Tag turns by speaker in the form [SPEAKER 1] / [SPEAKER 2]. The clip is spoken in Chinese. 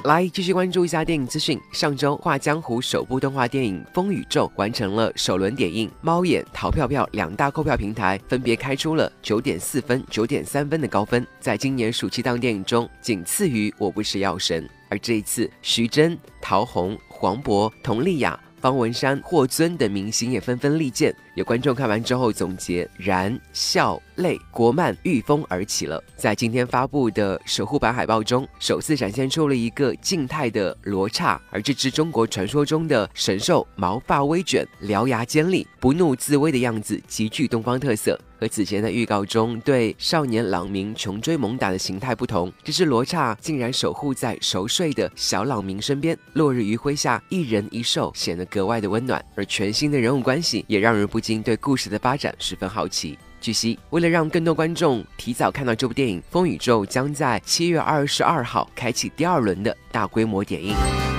[SPEAKER 1] 来继续关注一下电影资讯。上周《画江湖》首部动画电影《风宇宙》完成了首轮点映，猫眼、淘票票两大购票平台分别开出了9.4分、9.3分的高分，在今年暑期档电影中仅次于《我不是药神》。而这一次，徐峥、陶虹、黄渤、佟丽娅、方文山、霍尊等明星也纷纷力荐。有观众看完之后总结：燃、笑、泪，国漫御风而起了。在今天发布的守护版海报中，首次展现出了一个静态的罗刹，而这只中国传说中的神兽毛发微卷，獠牙尖利，不怒自威的样子极具东方特色。和此前的预告中对少年朗明穷追猛打的形态不同，这只罗刹竟然守护在熟睡的小朗明身边，落日余晖下一人一兽显得格外的温暖。而全新的人物关系也让人不禁对故事的发展十分好奇。据悉，为了让更多观众提早看到这部电影，《风宇宙》将在7月22号开启第2轮的大规模点映。